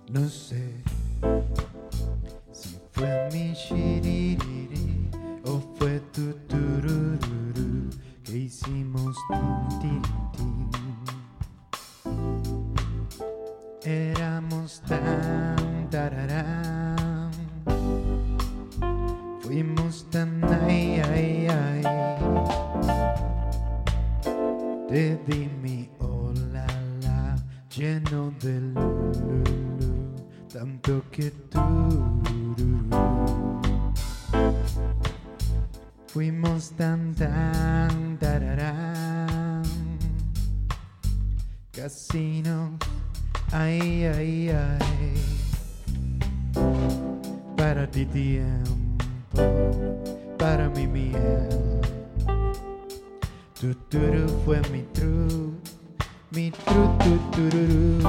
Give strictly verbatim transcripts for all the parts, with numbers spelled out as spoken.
No sé si fue mi shiririri o fue tu turururu que hicimos tin, tin, tin. Éramos tan tararán, fuimos tan ay, ay, ay. Te di mi hola la lleno de lulu, tanto que tú fuimos tan tan tararán, casino ay ay ay. Para ti tiempo, para mi miel. Tu turu fue mi tru, mi tru tu tururu.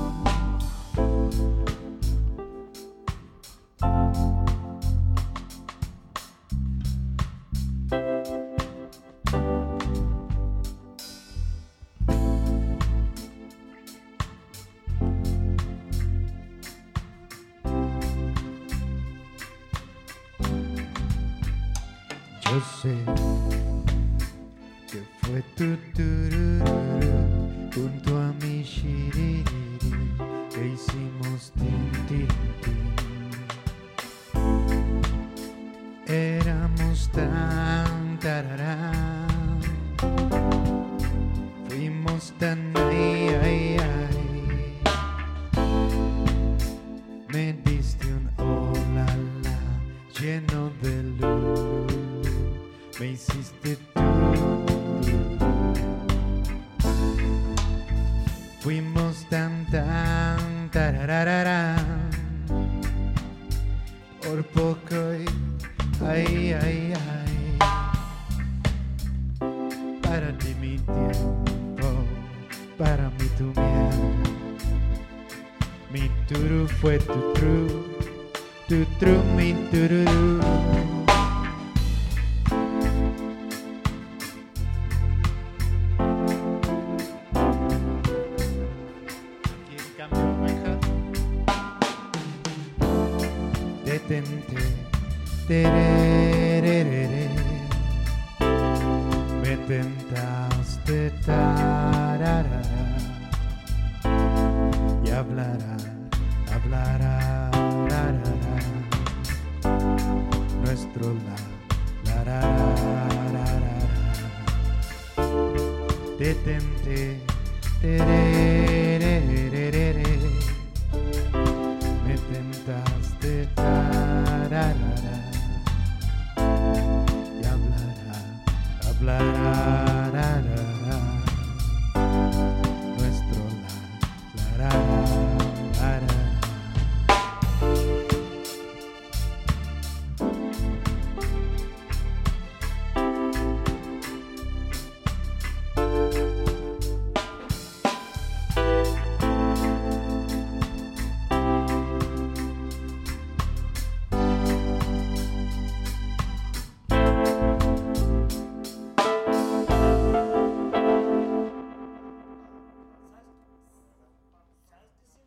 Yo sé que fue tu turururu junto a mi shiririri que hicimos tin, tin, tin. Éramos tan tararán, fuimos tan ay, ay, ay. Me diste un hola la lleno de luz, me hiciste tú. Fuimos tan tan tarararán, por poco y ay ay ay. Para ti mi tiempo, para mí tu miel. Mi turu fue tu tru, tu tru mi tururu. Detente, tererere, me tentaste tararara, y hablará, hablará, rarara, nuestro la, la, rarara. Detente, tererere.